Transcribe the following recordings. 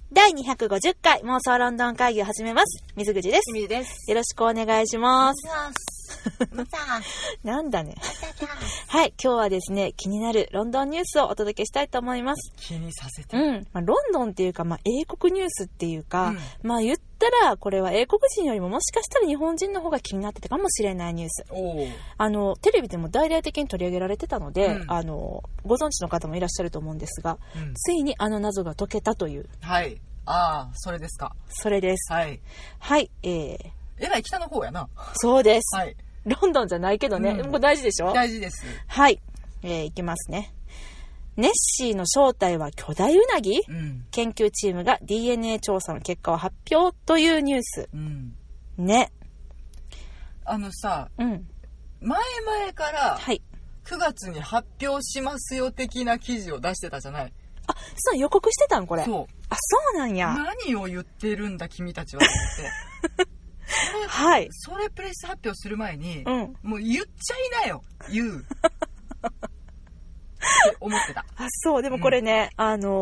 第250回妄想ロンドン会議を始めます。水口です。 清水です。 よろしくお願いします。なんだね。はい、今日はですね、気になるロンドンニュースをお届けしたいと思います。 気にさせて。 ロンドンっていうか、英国ニュースっていうか、言ったら、これは英国人よりももしかしたら日本人の方が気になってたかもしれないニュース。テレビでも大々的に取り上げられてたので、ご存知の方もいらっしゃると思うんですが、ついにあの謎が解けたという。 はい。それですか。 それです。 はい。 はい。 えらい北の方やな。 そうです。 はい。 ロンドンじゃないけどね。これ大事でしょ？ 大事です。 はい。いきますね。ネッシーの正体は巨大ウナギ？研究チームが DNA 調査の結果を発表というニュース。ね。 前々から、9月に発表しますよ的な記事を出してたじゃない。 そう、予告してたんこれ。 そう。 そうなんや。 何を言ってるんだ君たちはって。 はい。 それプレス発表する前に、もう言っちゃいなよ、言う。って思ってた。 そう、でもこれね、ちゃん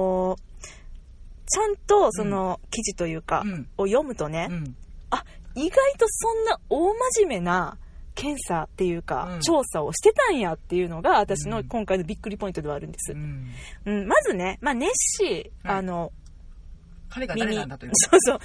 とその記事というか、を読むとね、意外とそんな大真面目な検査っていうか、調査をしてたんやっていうのが私の今回のびっくりポイントではあるんです。まずね、ネッシー、 彼が誰なんだという。 そう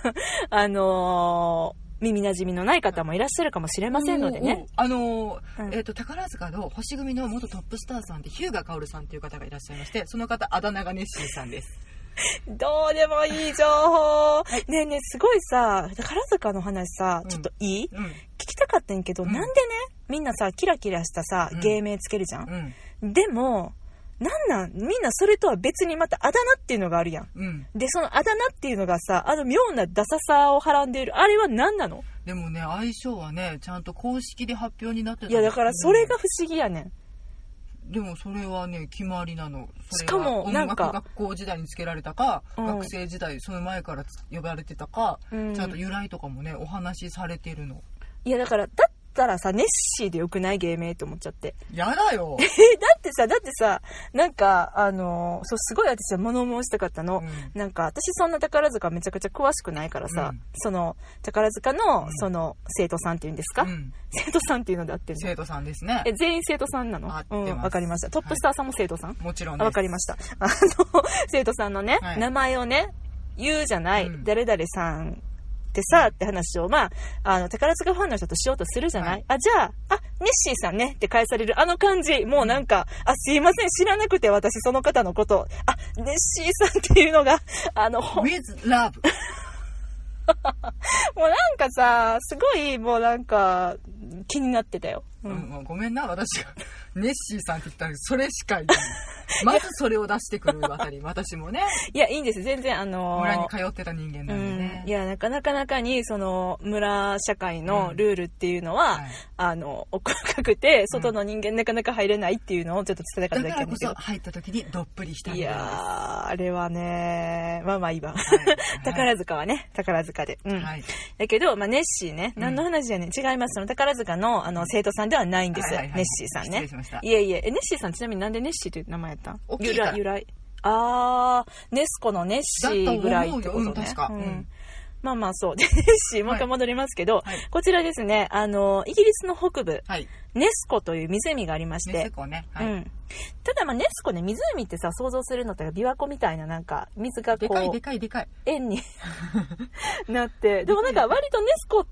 耳なじみのない方もいらっしゃるかもしれませんのでね。 宝塚の星組の元トップスターさんで日向薫さんという方がいらっしゃいまして、その方あだ名がネッシーさんです。 どうでもいい情報。ねえねえ、すごいさ、宝塚の話さ、ちょっといい？聞きたかったんやけど、なんでね、みんなさ、キラキラしたさ、芸名つけるじゃん。でも、みんなそれとは別にまたあだ名っていうのがあるやん。で、そのあだ名っていうのがさ、妙なダサさをはらんでいる。あれは何なの？ でもね、相性はね、ちゃんと公式で発表になってた。 いや、だからそれが不思議やねん。 でもそれはね、決まりなの。 しかもなんか音楽学校時代につけられたか、学生時代その前から呼ばれてたか、ちゃんと由来とかもね、お話しされてるの。 いや、だったらさ、ネッシーでよくない芸名と思っちゃって。 やだよ。 だってさ、なんか、すごい私は物申したかったの。なんか、私そんな宝塚めちゃくちゃ詳しくないからさ、その、宝塚の、その、生徒さんっていうんですか？生徒さんっていうのであってんの？ 生徒さんですね。 全員生徒さんなの？ 合ってます。 わかりました。トップスターさんも生徒さん？ もちろんです。 わかりました。生徒さんのね、名前をね、言うじゃない。誰々さん。ってさって話を宝塚ファンの人としようとするじゃない？じゃあネッシーさんねって返される感じ、もうなんかすいません、知らなくて私その方のことネッシーさんっていうのが with love もうなんかさ、すごいもうなんか気になってたよ。 ごめんな、私がネッシーさんって言ったらそれしか言えない。まずそれを出してくるあたり、私もね。いや、 いいんです。全然村に通ってた人間なんでね。 いや、なかなかに、その、村社会のルールっていうのは、奥深くて、外の人間なかなか入れないっていうのをちょっと伝えたかっただけなんだけど。 だからこそ入った時にどっぷりしたんです。 いやー、あれはね、いいわ。宝塚はね、宝塚で。だけど、ネッシーね、何の話やねん。違います。その宝塚の、生徒さんではないんですよ。ネッシーさんね。 失礼しました。 いえ、ネッシーさんちなみになんでネッシーという名前やったん？由来。ネスコのネッシーぐらいってことね。 確か。 そう。で、ネッシー、もう一回戻りますけど、こちらですね、イギリスの北部、ネスコという湖がありまして、 ネスコね。 ただネスコね、湖ってさ、想像するのって琵琶湖みたいななんか、水がこう、 でかい。 円になって、でもなんか割とネスコって、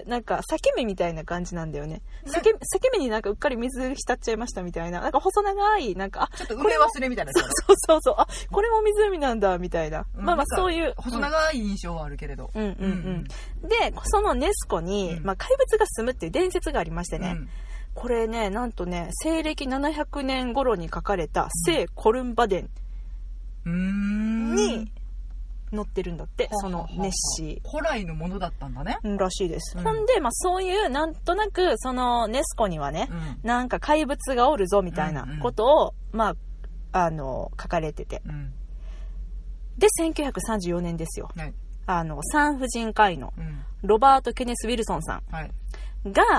なんか裂け目みたいな感じなんだよね。裂け目になんかうっかり水浸っちゃいましたみたいな、なんか細長い、なんか、 ちょっと埋め忘れみたいな。 そう、これも湖なんだ、みたいな。そういう。 細長い印象はあるけれど。 で、そのネスコに、怪物が住むっていう伝説がありましてね。これね、なんとね、西暦700年頃に書かれた聖コルンバ伝に載ってるんだって、そのネッシー。 古来のものだったんだね。 らしいです。ほんで、そういう、なんとなく、そのネスコにはね、なんか怪物がおるぞ、みたいなことを、書かれてて。で、1934年ですよ。産婦人科医のロバート・ケネス・ウィルソンさんが、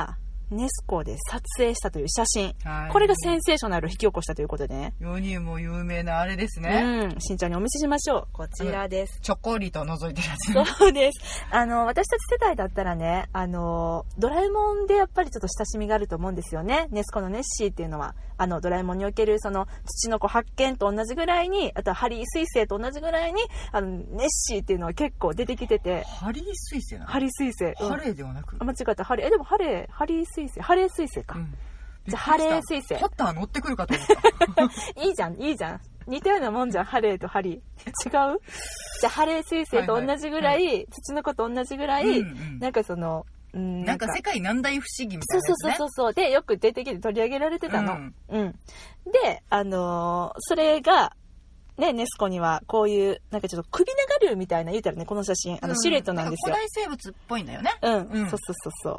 ネス湖で撮影したという写真、 はい、 これがセンセーショナルを引き起こしたということでね、 世にも有名なあれですね。 しんちゃんにお見せしましょう。こちらです。 ちょこりと覗いてるやつ、ね、 そうです。私たち世代だったらね、ドラえもんでやっぱりちょっと親しみがあると思うんですよね。ネス湖のネッシーっていうのはドラえもんにおけるその土の子発見と同じぐらいに、あとはハリー彗星と同じぐらいにネッシーっていうのは結構出てきてて。 ハリー彗星なの？ ハリー彗星、 ハレーではなく、 間違った。でもハレー彗星、ハレー彗星か、じゃあハレー彗星。 パッター乗ってくるかと思ったいいじゃん似たようなもんじゃん、ハレーとハリー。違う？じゃあハレー彗星と同じぐらい、土の子と同じぐらい、なんかそのなんか世界何大不思議みたいなやつね。 そうでよく出てきて取り上げられてたの。でそれがね、ネス湖にはこういうなんかちょっと首長竜みたいな、言うたらね、この写真シルエットなんですよ。 古代生物っぽいんだよね。 そう、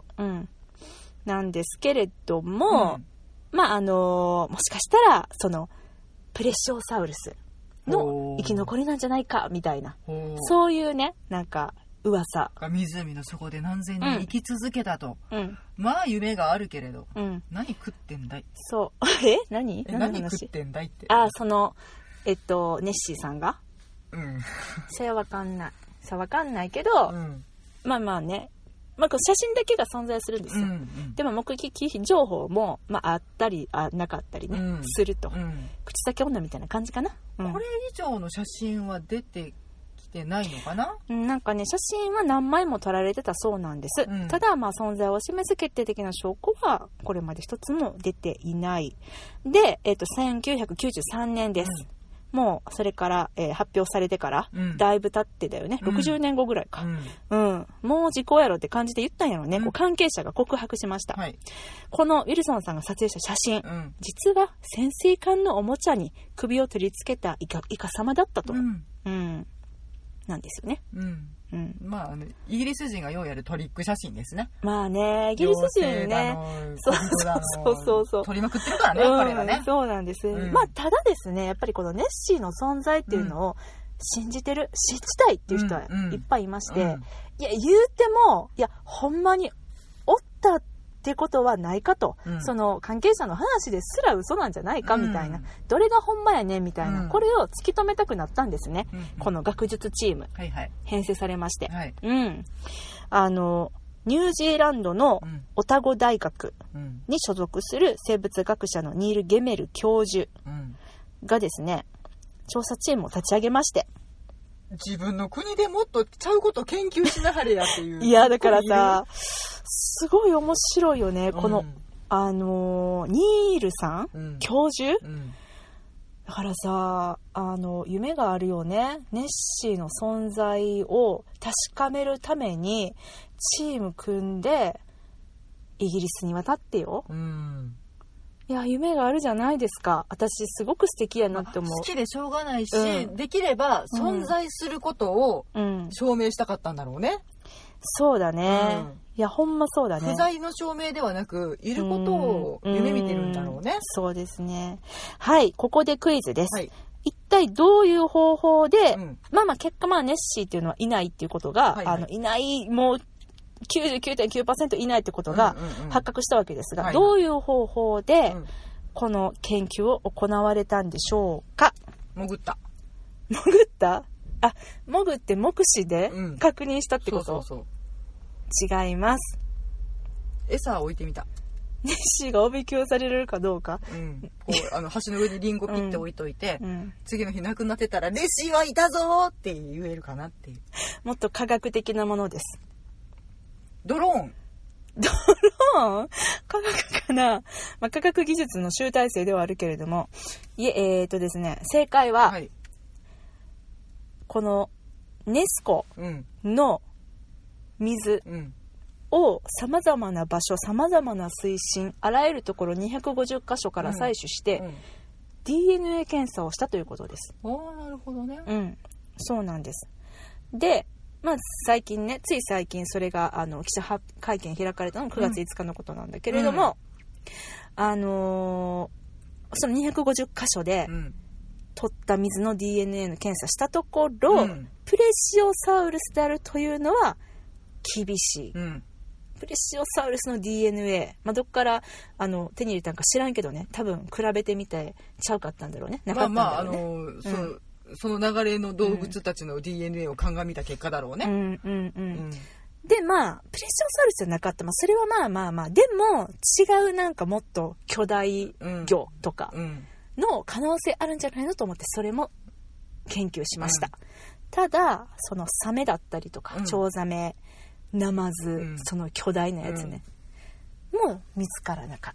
なんですけれども、もしかしたらそのプレシオサウルスの生き残りなんじゃないかみたいな、そういうね、なんか噂。 湖の底で何千年生き続けたと、まあ夢があるけれど、何食ってんだい。 そう何食ってんだいって。 そのネッシーさんが、それは分かんないけど、まあね、写真だけが存在するんですよ。でも目撃情報も、あったりなかったりね、すると、口先女みたいな感じかな。 これ以上の写真は出てきてないのかな。 なんかね、写真は何枚も撮られてたそうなんです。ただ存在を示す決定的な証拠はこれまで一つも出ていない。で、1993年です。もうそれから、発表されてから、だいぶ経ってだよね。60年後ぐらいか。もう時効やろって感じで言ったんやろね。関係者が告白しました。このウィルソンさんが撮影した写真、実は潜水艦のおもちゃに首を取り付けたイカ様だったと。なんですよね。 イギリス人がようやるトリック写真ですね。 イギリス人ね、そう撮りまくってるからね、彼らね。 そうなんです。ただですね、やっぱりこのネッシーの存在っていうのを信じたいっていう人はいっぱいいまして、いや言うても、いやほんまにおったってことはないかと、その関係者の話ですら嘘なんじゃないかみたいな、どれがほんまやねんみたいな、これを突き止めたくなったんですね。この学術チーム、編成されまして、ニュージーランドのオタゴ大学に所属する生物学者のニール・ゲメル教授がですね、調査チームを立ち上げまして、 自分の国でもっとちゃうこと研究しなはれやっていう。 いやだからさ、すごい面白いよね、このニールさん、教授、だからさ、夢があるよね。ネッシーの存在を確かめるためにチーム組んでイギリスに渡ってよ。いや夢があるじゃないですか。私すごく素敵やなって思う。 好きでしょうがないし、できれば存在することを証明したかったんだろうね。 そうだね。いやほんまそうだね。 不在の証明ではなく、いることを夢見てるんだろうね。 そうですね。はい、ここでクイズです。一体どういう方法で、結果ネッシーっていうのはいないっていうことが、いない、もう99.9% いないってことが発覚したわけですが、どういう方法でこの研究を行われたんでしょうか。 潜った。 潜って目視で確認したってこと。違います。 餌を置いてみた。 ネッシーがおびき寄されるかどうか、 こう橋の上にリンゴピッて置いといて、次の日亡くなってたらネッシーはいたぞって言えるかなっていう。 もっと科学的なものです。 ドローン科学かな、科学技術の集大成ではあるけれども、ですね、正解は、このネス湖の水をさまざまな場所、さまざまな水深、あらゆるところ250箇所から採取して、DNA 検査をしたということです。 なるほどね。 そうなんです。で最近ね、つい最近それが記者会見開かれたのが9月5日のことなんだけれども、その250箇所で取った水の DNA の検査したところ、プレシオサウルスであるというのは厳しい。 プレシオサウルスの DNA、どっから手に入れたんか知らんけどね、多分比べてみてちゃうかったんだろうね。なかったんだろうね。 その流れの動物たちの DNA を鑑みた結果だろうね。 で、プレシオサウルスじゃなかった。それはでも違うなんかもっと巨大魚とかの可能性あるんじゃないのと思って、それも研究しました。ただ、そのサメだったりとか、チョウザメ、ナマズ、その巨大なやつね、もう見つからなかった。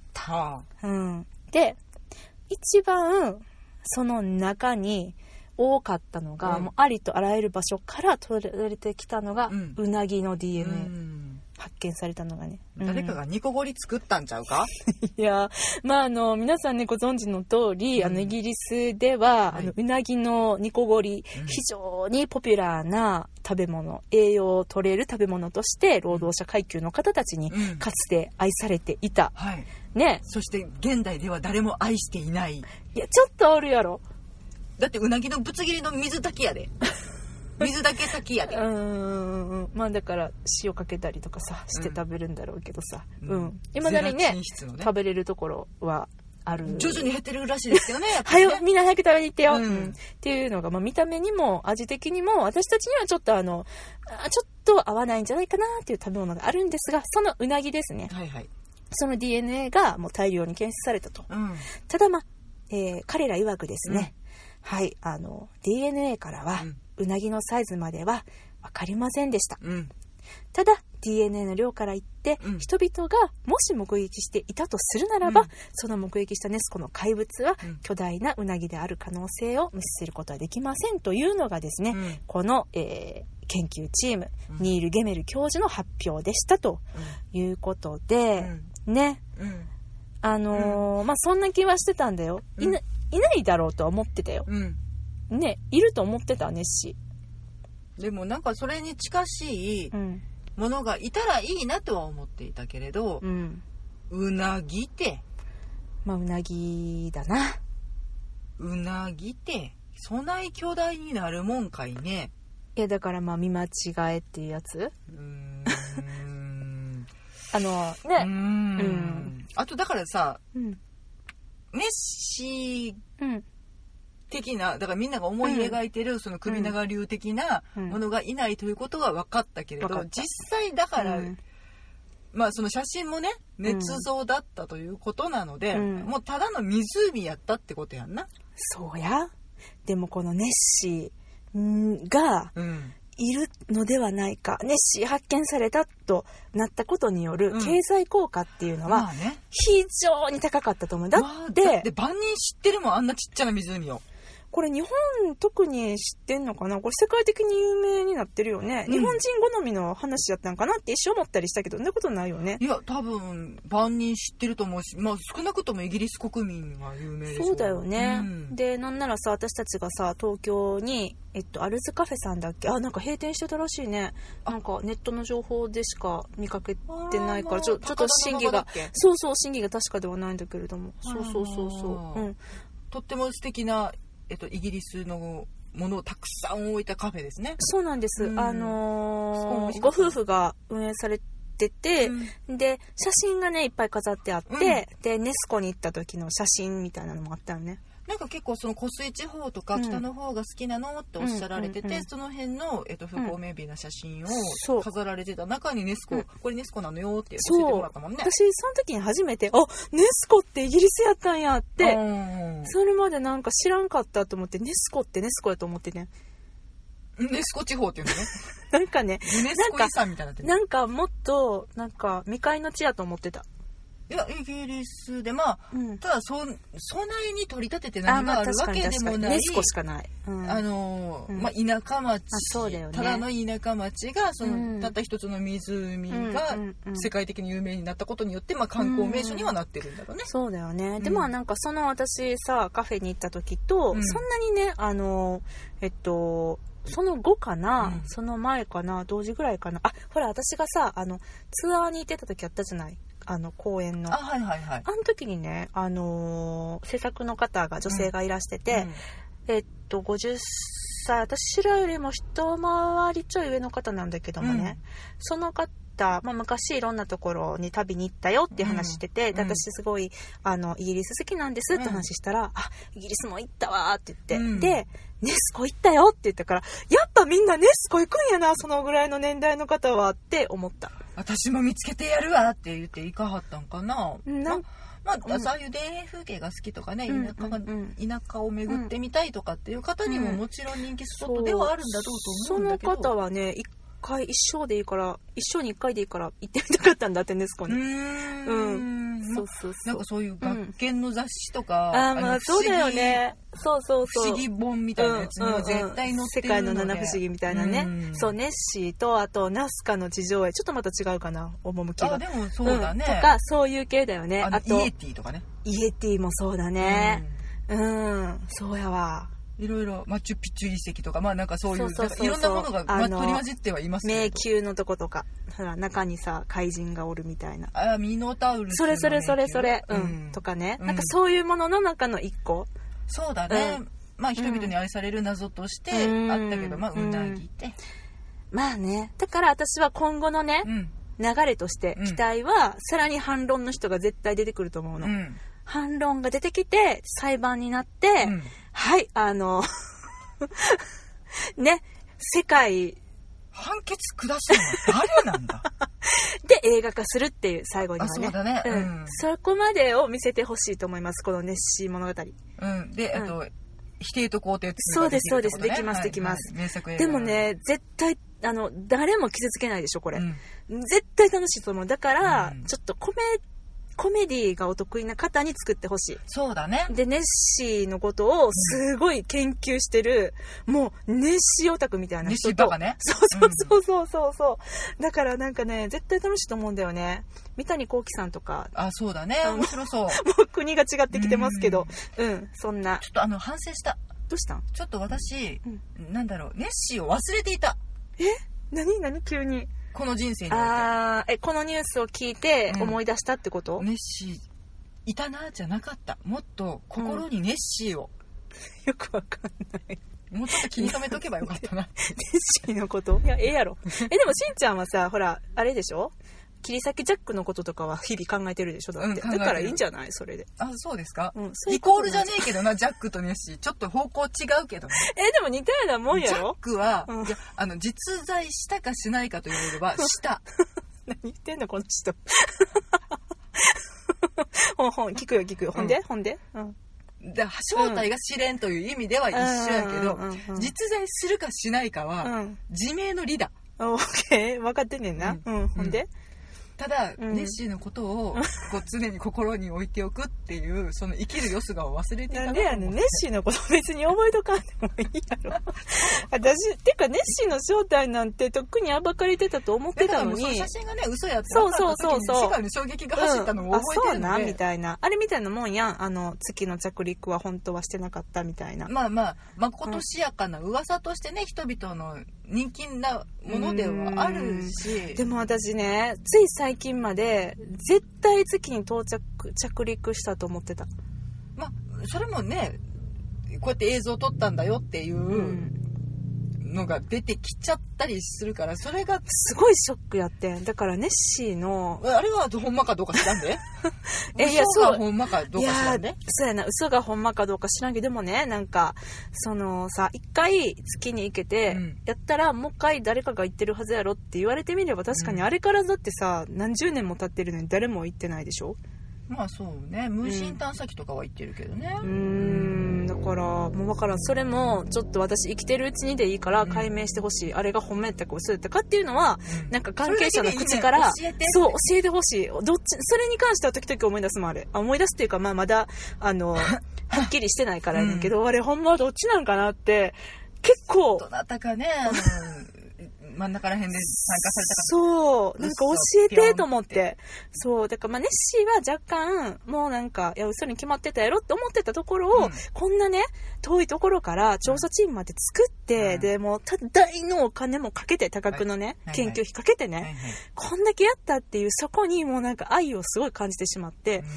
で、一番その中に多かったのが、もうありとあらゆる場所から取られてきたのが、うなぎの DNA、発見されたのがね。 誰かがニコゴリ作ったんちゃうか？ いや、皆さんね、ご存知の通り、イギリスでは、うなぎのニコゴリ、非常にポピュラーな食べ物、栄養を取れる食べ物として、労働者階級の方たちにかつて愛されていた。ね。 そして現代では誰も愛していない。 いや、ちょっとおるやろ。 だってうなぎのぶつ切りの水炊きやで。水だけ炊きやで。 だから塩かけたりとかさして食べるんだろうけどさ、今だにね食べれるところはある。 徐々に減ってるらしいですけどね。 みんな早く食べに行ってよ、っていうのが、見た目にも味的にも私たちにはちょっと合わないんじゃないかなっていう食べ物があるんですが、そのうなぎですね。その DNA がもう大量に検出されたと。ただ彼ら曰くですね、DNA からは、うなぎのサイズまでは分かりませんでした。ただ DNA の量から言って、人々がもし目撃していたとするならば、その目撃したネス湖の怪物は巨大なうなぎである可能性を無視することはできませんというのがですね、この、研究チーム、ニール・ゲメル教授の発表でしたということで、ね、そんな気はしてたんだよ。いないだろうとは思ってたよ。ね、いると思ってた、ネッシー。でもなんかそれに近しいものがいたらいいなとは思っていたけれど、うなぎってうなぎだな。 うなぎってそない巨大になるもんかいね。 いや、だから見間違えっていうやつ。 あとだからさ、ネッシー的な、だからみんなが思い描いてるその首長流的なものがいないということは分かったけれど、実際だから、その写真もね捏造だったということなので、もうただの湖やったってことやんな。 そうや。でもこのネッシーがいるのではないか、ネッシー発見されたとなったことによる経済効果っていうのは非常に高かったと思う。だって万人知ってるもん、あんなちっちゃな湖を。 これ日本特に知ってんのかな。これ世界的に有名になってるよね、日本人好みの話やったんかなって一瞬思ったりしたけど、そんなことないよね。 いや、多分万人知ってると思うし、少なくともイギリス国民は有名でしょ。 そうだよね、でなんならさ、私たちがさ東京にアルズカフェさんだっけ、なんか閉店してたらしいね。なんかネットの情報でしか見かけてないから、ちょっと真偽が真偽が確かではないんだけれども、 とっても素敵なイギリスのものをたくさん置いたカフェですね。 そうなんです。ご夫婦が運営されてて、で写真がねいっぱい飾ってあって、でネス湖に行った時の写真みたいなのもあったよね。 なんか結構その湖水地方とか北の方が好きなのっておっしゃられてて、その辺の、風光明媚な写真を飾られてた中にネス湖、これネス湖なのよって教えてもらったもんね。 私その時に初めてネス湖ってイギリスやったんやって、それまでなんか知らんかったと思って、ネス湖ってネス湖やと思ってね。 ネス湖地方っていうのね。 なんかね、 ユネスコ遺産みたいになってる。 なんかもっとなんか未開の地やと思ってた。 いや、イギリスでただそないに取り立てて何があるわけでもない。 ネス湖しかない。 田舎町、 そうだよね、 ただの田舎町がたった一つの湖が世界的に有名になったことによって観光名所にはなってるんだろうね。 そうだよね。でなんかその私さカフェに行った時と、そんなにねその後かな、その前かな、同時ぐらいかな。ほら私がさツアーに行ってた時あったじゃない。公園の。 はいはいはい。 あの時にね、制作の方が女性がいらしてて、50 さ、私らよりも一回りちょい上の方なんだけどもね、その方、昔いろんなところに旅に行ったよっていう話してて、で私すごいイギリス好きなんですって話したら、イギリスも行ったわって言って、でネスコ行ったよって言ったから、やっぱみんなネスコ行くんやな、そのぐらいの年代の方はって思った。 私も見つけてやるわって言って行かはったんかな。そういう田園風景が好きとかね、田舎を巡ってみたいとかっていう方にももちろん人気スポットではあるんだろうと思うんだけど、 その方はね、一生でいいから、一生に一回でいいから行ってみたかったんだってネスコに。 なんかそういう学研の雑誌とか、 そうだよね。そう。 不思議本みたいなやつには絶対載ってるので、 世界の七不思議みたいなね。そう、ネッシーと、あとナスカの地上絵、ちょっとまた違うかな、趣が。 でもそうだね。 とか、そういう系だよね。 あとイエティとかね。 イエティもそうだね。そうやわ。 いろいろマチュピチュ遺跡とか、なんかそういういろんなものが取り混じってはいますけど、 迷宮のとことか、ほら中にさ怪人がおるみたいな、 ミノタウルスのそれ、とかね、なんかそういうものの中の一個。 そうだね。人々に愛される謎としてあったけど、うなぎってね。だから私は今後のね、流れとして期待はさらに反論の人が絶対出てくると思うの。反論が出てきて裁判になって、はいね、世界判決下したのは誰なんだで映画化するっていう最後にはね。 そうだね。 そこまでを見せてほしいと思います、このネッシー物語。 で、あと否定と肯定そうです、できます。 名作映画。 でもね、絶対誰も傷つけないでしょこれ。絶対楽しいと思う。だからちょっとコメディがお得意な方に作ってほしい。 そうだね。 でネッシーのことをすごい研究してる、もうネッシーオタクみたいな人と。 ネッシーバカね。 そう。だからなんかね、絶対楽しいと思うんだよね。三谷幸喜さんとか。 そうだね。面白そう。もう国が違ってきてますけど、そんな。 ちょっと反省した。 どうしたん？ ちょっと私、ネッシーを忘れていた。 何急に。 この人生において。このニュースを聞いて思い出したってこと？ ネッシーいたなじゃなかった。もっと心にネッシーを、 よくわかんない。 もうちょっと気に留めとけばよかったな。 ネッシーのこと？いや、やろ。でもしんちゃんはさ、ほらあれでしょ？切り裂きジャックのこととかは日々考えてるでしょ。だって、だからいいんじゃない？それで。 そうですか？イコールじゃねえけどな、ジャックとネッシーちょっと方向違うけどね。 でも似たようなもんやろ。 ジャックは、実在したかしないかと言われればした。 何言ってんのこの人。聞くよ。ほんで、 正体が試練という意味では一緒やけど、実在するかしないかは自明の理だ。 オッケー、分かってんねんな。ほんで。 ただ、ネッシーのことを常に心に置いておくっていうその生きるよすがを忘れていた。 なんでやねん、ネッシーのこと別に覚えとかんでもいいやろ。私てかネッシーの正体なんてとっくに暴かれてたと思ってたのに、 その写真がね嘘やって分かった時に世界の衝撃が走ったのを覚えてるので、 そうなみたいな、あれみたいなもんやん。月の着陸は本当はしてなかったみたいな。 まことしやかな噂としてね、人々の人気なものではあるし、 でも私ね、つい最近まで絶対月に着陸したと思ってた。 それもね、こうやって映像撮ったんだよっていうのが出てきちゃったりするから、それがすごいショックやってん。だからネッシーのあれはほんまかどうか知らんで嘘がほんまかどうか知らんで。 そうやな、嘘がほんまかどうか知らんけど、でもね、なんかそのさ、一回月に行けて、やったらもう一回誰かが行ってるはずやろって言われてみれば、確かにあれからだってさ、何十年も経ってるのに誰も行ってないでしょ。 そうね、無人探査機とかは行ってるけどね。 だからもう分からん。それもちょっと私生きてるうちにでいいから解明してほしい。あれが本命やったか嘘やったかっていうのは、なんか関係者の口から、教えてほしい。それに関しては時々思い出すもん。あれ思い出すっていうか、まだはっきりしてないからやねんけど、あれほんまはどっちなんかなって結構。 どなたかね、真ん中ら辺で参加されたか。 そう、なんか教えてと思って。そう、だからネッシーは若干もうなんか、いや嘘に決まってたやろって思ってたところを、こんなね遠いところから調査チームまで作って、でもう大のお金もかけて、多額のね、研究費かけてね、こんだけやったっていう、そこにもうなんか愛をすごい感じてしまって、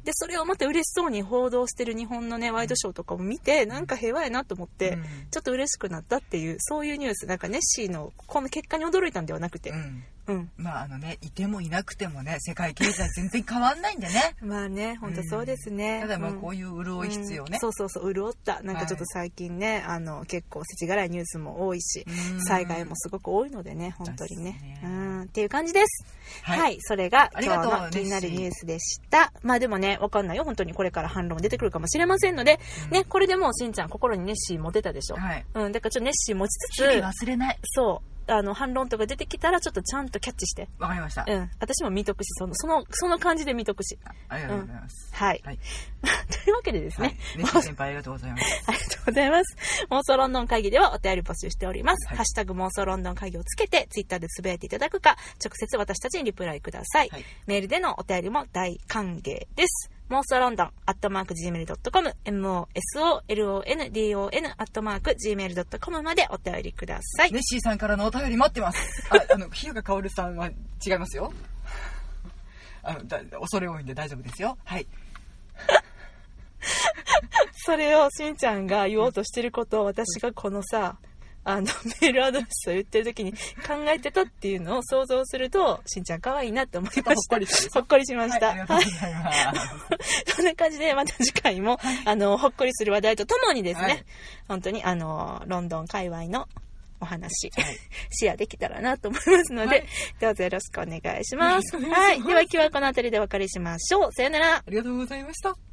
でそれをまた嬉しそうに報道してる日本のねワイドショーとかも見て、なんか平和やなと思って、ちょっと嬉しくなったっていう、そういうニュース。なんかネッシーのこの結果に驚いたんではなくて、 まあいてもいなくてもね、世界経済全然変わんないんでね。 まあね、本当そうですね。 ただこういう潤い必要ね。 そう潤った。なんかちょっと最近ね、結構世知辛いニュースも多いし、災害もすごく多いのでね、本当にね。っていう感じです。はい、それが今日の気になるニュースでした。まあでもね、わかんないよ。本当にこれから反論出てくるかもしれませんので、ね、これでもうしんちゃん心にネッシー持てたでしょ。だからちょっとネッシー持ちつつ、 忘れない。 そう。反論とか出てきたらちょっとちゃんとキャッチして。 わかりました。 私も見とくし、その感じで見とくし。 ありがとうございます。 はい。というわけでですね。 ネッシー先輩ありがとうございます。 ありがとうございます。妄想ロンドン会議ではお便り募集しております。ハッシュタグ妄想ロンドン会議をつけて、ツイッターでつぶやいていただくか、直接私たちにリプライください。メールでのお便りも大歓迎です。妄想ロンドン@gmail.com mosolondon@gmail.com までお便りください。 ネッシーさんからのお便り待ってます。日向薫さんは違いますよ。恐れ多いんで大丈夫ですよ。はい。 それをしんちゃんが言おうとしてることを私がこのさ、メールアドレスを言ってる時に考えてたっていうのを想像すると、しんちゃん可愛いなって思いました。ほっこりしました。 ありがとうございます。 そんな感じで、また次回も、ほっこりする話題とともにですね、本当に、ロンドン界隈のお話、シェアできたらなと思いますので、どうぞよろしくお願いします。はい。では今日はこの辺りでお別れしましょう。さよなら。 ありがとうございました。